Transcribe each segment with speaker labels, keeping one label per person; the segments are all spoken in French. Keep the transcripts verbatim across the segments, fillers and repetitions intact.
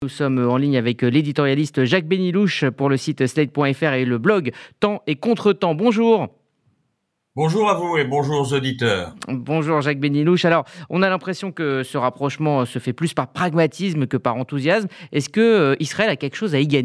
Speaker 1: Nous sommes en ligne avec l'éditorialiste Jacques Benilouche pour le site slate point f r et le blog Temps et Contre-temps. Bonjour.
Speaker 2: Bonjour à vous et bonjour aux auditeurs.
Speaker 1: Bonjour Jacques Benilouche. Alors, on a l'impression que ce rapprochement se fait plus par pragmatisme que par enthousiasme. Est-ce que euh, Israël a quelque chose à y gagner ?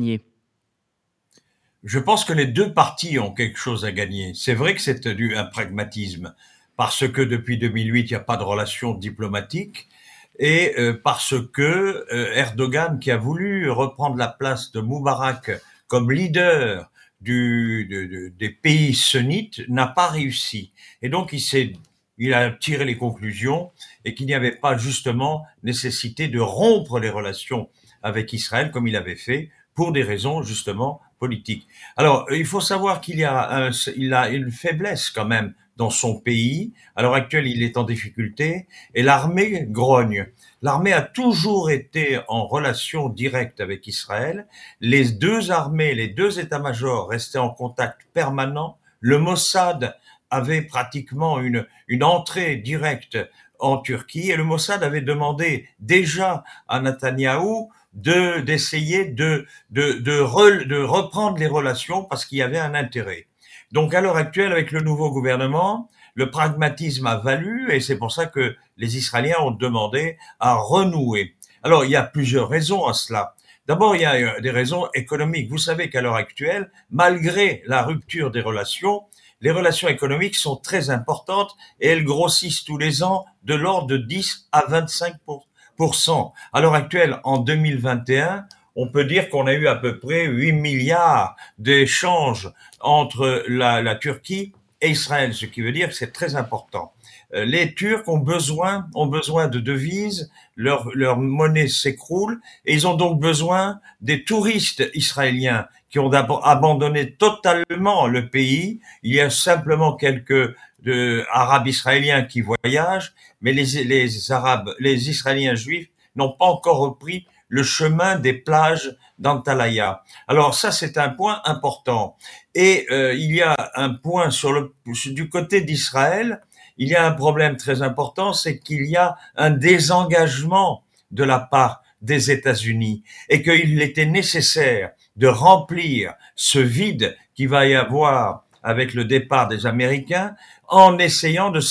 Speaker 2: Je pense que les deux parties ont quelque chose à gagner. C'est vrai que c'est du, un pragmatisme, parce que depuis deux mille huit, il n'y a pas de relations diplomatiques, et euh, parce que euh, Erdogan, qui a voulu reprendre la place de Moubarak comme leader du, de, de, des pays sunnites, n'a pas réussi. Et donc, il s'est il a tiré les conclusions et qu'il n'y avait pas justement nécessité de rompre les relations avec Israël comme il avait fait pour des raisons justement politiques. Alors, il faut savoir qu'il y a, un, il a une faiblesse quand même dans son pays. À l'heure actuelle, il est en difficulté et l'armée grogne. L'armée a toujours été en relation directe avec Israël. Les deux armées, les deux états-majors restaient en contact permanent. Le Mossad avait pratiquement une, une entrée directe en Turquie et le Mossad avait demandé déjà à Netanyahou de d'essayer de de de, re, de reprendre les relations parce qu'il y avait un intérêt. Donc à l'heure actuelle, avec le nouveau gouvernement, le pragmatisme a valu et c'est pour ça que les Israéliens ont demandé à renouer. Alors il y a plusieurs raisons à cela. D'abord, il y a des raisons économiques. Vous savez qu'à l'heure actuelle, malgré la rupture des relations, les relations économiques sont très importantes et elles grossissent tous les ans de l'ordre de dix à vingt-cinq pour cent. À l'heure actuelle, en deux mille vingt et un, on peut dire qu'on a eu à peu près huit milliards d'échanges entre la, la Turquie et Israël, ce qui veut dire que c'est très important. Les Turcs ont besoin, ont besoin de devises, leur, leur monnaie s'écroule et ils ont donc besoin des touristes israéliens qui ont abandonné totalement le pays. Il y a simplement quelques de, Arabes israéliens qui voyagent, mais les, les Arabes, les Israéliens juifs n'ont pas encore repris le chemin des plages d'Antalya. Alors ça, c'est un point important. Et euh, il y a un point sur le du côté d'Israël, il y a un problème très important, c'est qu'il y a un désengagement de la part des États-Unis et qu'il était nécessaire de remplir ce vide qu'il va y avoir avec le départ des Américains en essayant de,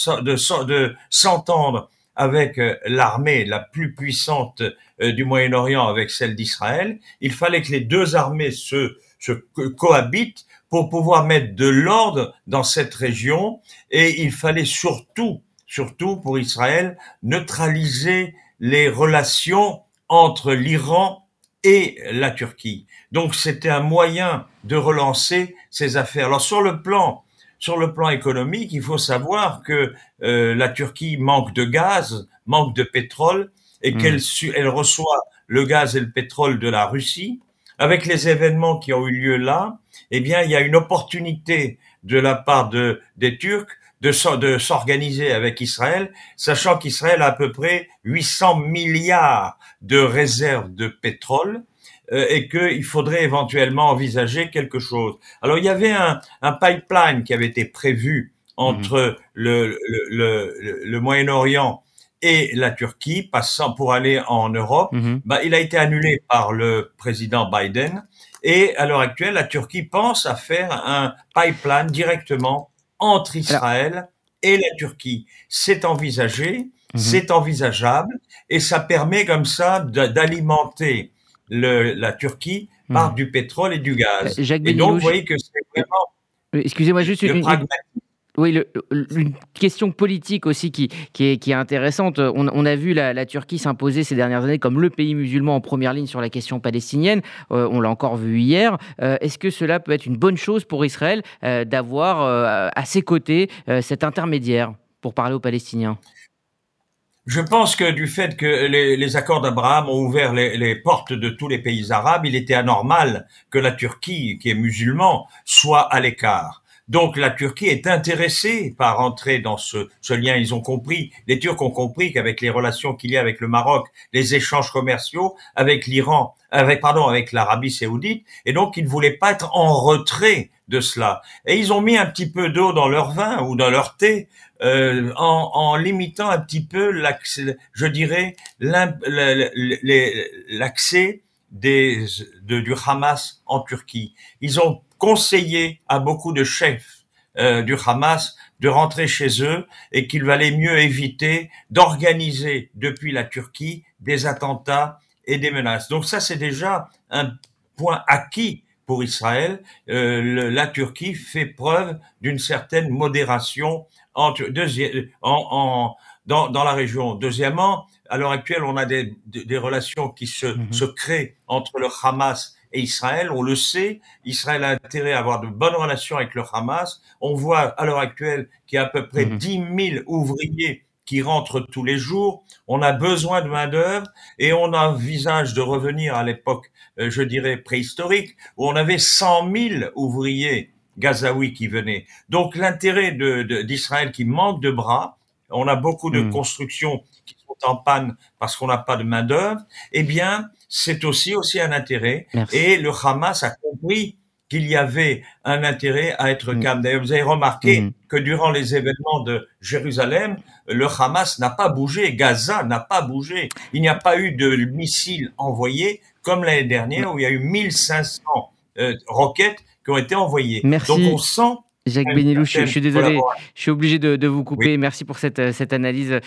Speaker 2: de, de s'entendre avec l'armée la plus puissante du Moyen-Orient, avec celle d'Israël. Il fallait que les deux armées se, se cohabitent pour pouvoir mettre de l'ordre dans cette région et il fallait surtout, surtout pour Israël, neutraliser les relations entre l'Iran et la Turquie. Donc c'était un moyen de relancer ces affaires. Alors sur le plan sur le plan économique, il faut savoir que euh, la Turquie manque de gaz, manque de pétrole et mmh. qu'elle elle reçoit le gaz et le pétrole de la Russie. Avec les événements qui ont eu lieu là, eh bien, il y a une opportunité de la part de, des Turcs de, de s'organiser avec Israël, sachant qu'Israël a à peu près huit cents milliards de réserves de pétrole euh, et qu'il faudrait éventuellement envisager quelque chose. Alors, il y avait un, un pipeline qui avait été prévu entre mmh. le, le, le, le Moyen-Orient et la Turquie, passant pour aller en Europe, mmh. bah, il a été annulé par le président Biden. Et à l'heure actuelle, la Turquie pense à faire un pipeline directement entre Israël Alors... et la Turquie. C'est envisagé, mmh. c'est envisageable, et ça permet comme ça d'alimenter le, la Turquie mmh. par du pétrole et du gaz.
Speaker 1: Euh, Jacques
Speaker 2: et
Speaker 1: Benilouche...
Speaker 2: donc, vous voyez que c'est vraiment...
Speaker 1: Excusez-moi juste une...
Speaker 2: pragmatisme.
Speaker 1: Oui, le, une question politique aussi qui, qui, est, qui est intéressante. On, on a vu la, la Turquie s'imposer ces dernières années comme le pays musulman en première ligne sur la question palestinienne. Euh, on l'a encore vu hier. Euh, est-ce que cela peut être une bonne chose pour Israël euh, d'avoir euh, à ses côtés euh, cet intermédiaire pour parler aux Palestiniens ?
Speaker 2: Je pense que du fait que les, les accords d'Abraham ont ouvert les, les portes de tous les pays arabes, il était anormal que la Turquie, qui est musulman, soit à l'écart. Donc la Turquie est intéressée par entrer dans ce, ce lien. Ils ont compris, les Turcs ont compris qu'avec les relations qu'il y a avec le Maroc, les échanges commerciaux avec l'Iran, avec pardon, avec l'Arabie Saoudite, et donc ils ne voulaient pas être en retrait de cela. Et ils ont mis un petit peu d'eau dans leur vin ou dans leur thé, euh, en, en limitant un petit peu l'accès, je dirais, l'accès des, de, du Hamas en Turquie. Ils ont conseillé à beaucoup de chefs euh, du Hamas de rentrer chez eux et qu'il valait mieux éviter d'organiser depuis la Turquie des attentats et des menaces. Donc ça, c'est déjà un point acquis pour Israël. Euh, le, la Turquie fait preuve d'une certaine modération en, deuxi- en, en, dans, dans la région. Deuxièmement, à l'heure actuelle, on a des, des relations qui se,
Speaker 1: Mhm.
Speaker 2: se créent entre le Hamas et Israël. On le sait, Israël a intérêt à avoir de bonnes relations avec le Hamas. On voit à l'heure actuelle qu'il y a à peu près
Speaker 1: Mhm.
Speaker 2: dix mille ouvriers qui rentrent tous les jours. On a besoin de main-d'œuvre et on envisage de revenir à l'époque, euh, je dirais, préhistorique, où on avait cent mille ouvriers gazaouis qui venaient. Donc l'intérêt de, de, d'Israël qui manque de bras, on a beaucoup de
Speaker 1: Mhm.
Speaker 2: constructions qui sont en panne parce qu'on n'a pas de main-d'œuvre, eh bien, c'est aussi, aussi un intérêt.
Speaker 1: Merci.
Speaker 2: Et le Hamas a compris qu'il y avait un intérêt à être
Speaker 1: Mhm.
Speaker 2: calme. D'ailleurs, vous avez remarqué
Speaker 1: Mhm.
Speaker 2: que durant les événements de Jérusalem, le Hamas n'a pas bougé, Gaza n'a pas bougé. Il n'y a pas eu de missiles envoyés comme l'année dernière où il y a eu mille cinq cents euh, roquettes qui ont été envoyées. Donc on
Speaker 1: Merci,
Speaker 2: sent
Speaker 1: Jacques
Speaker 2: une
Speaker 1: Benelou. Je, je
Speaker 2: certaine
Speaker 1: suis désolé,
Speaker 2: collaboration.
Speaker 1: je suis obligé de, de vous
Speaker 2: Oui.
Speaker 1: couper. Merci pour cette, cette analyse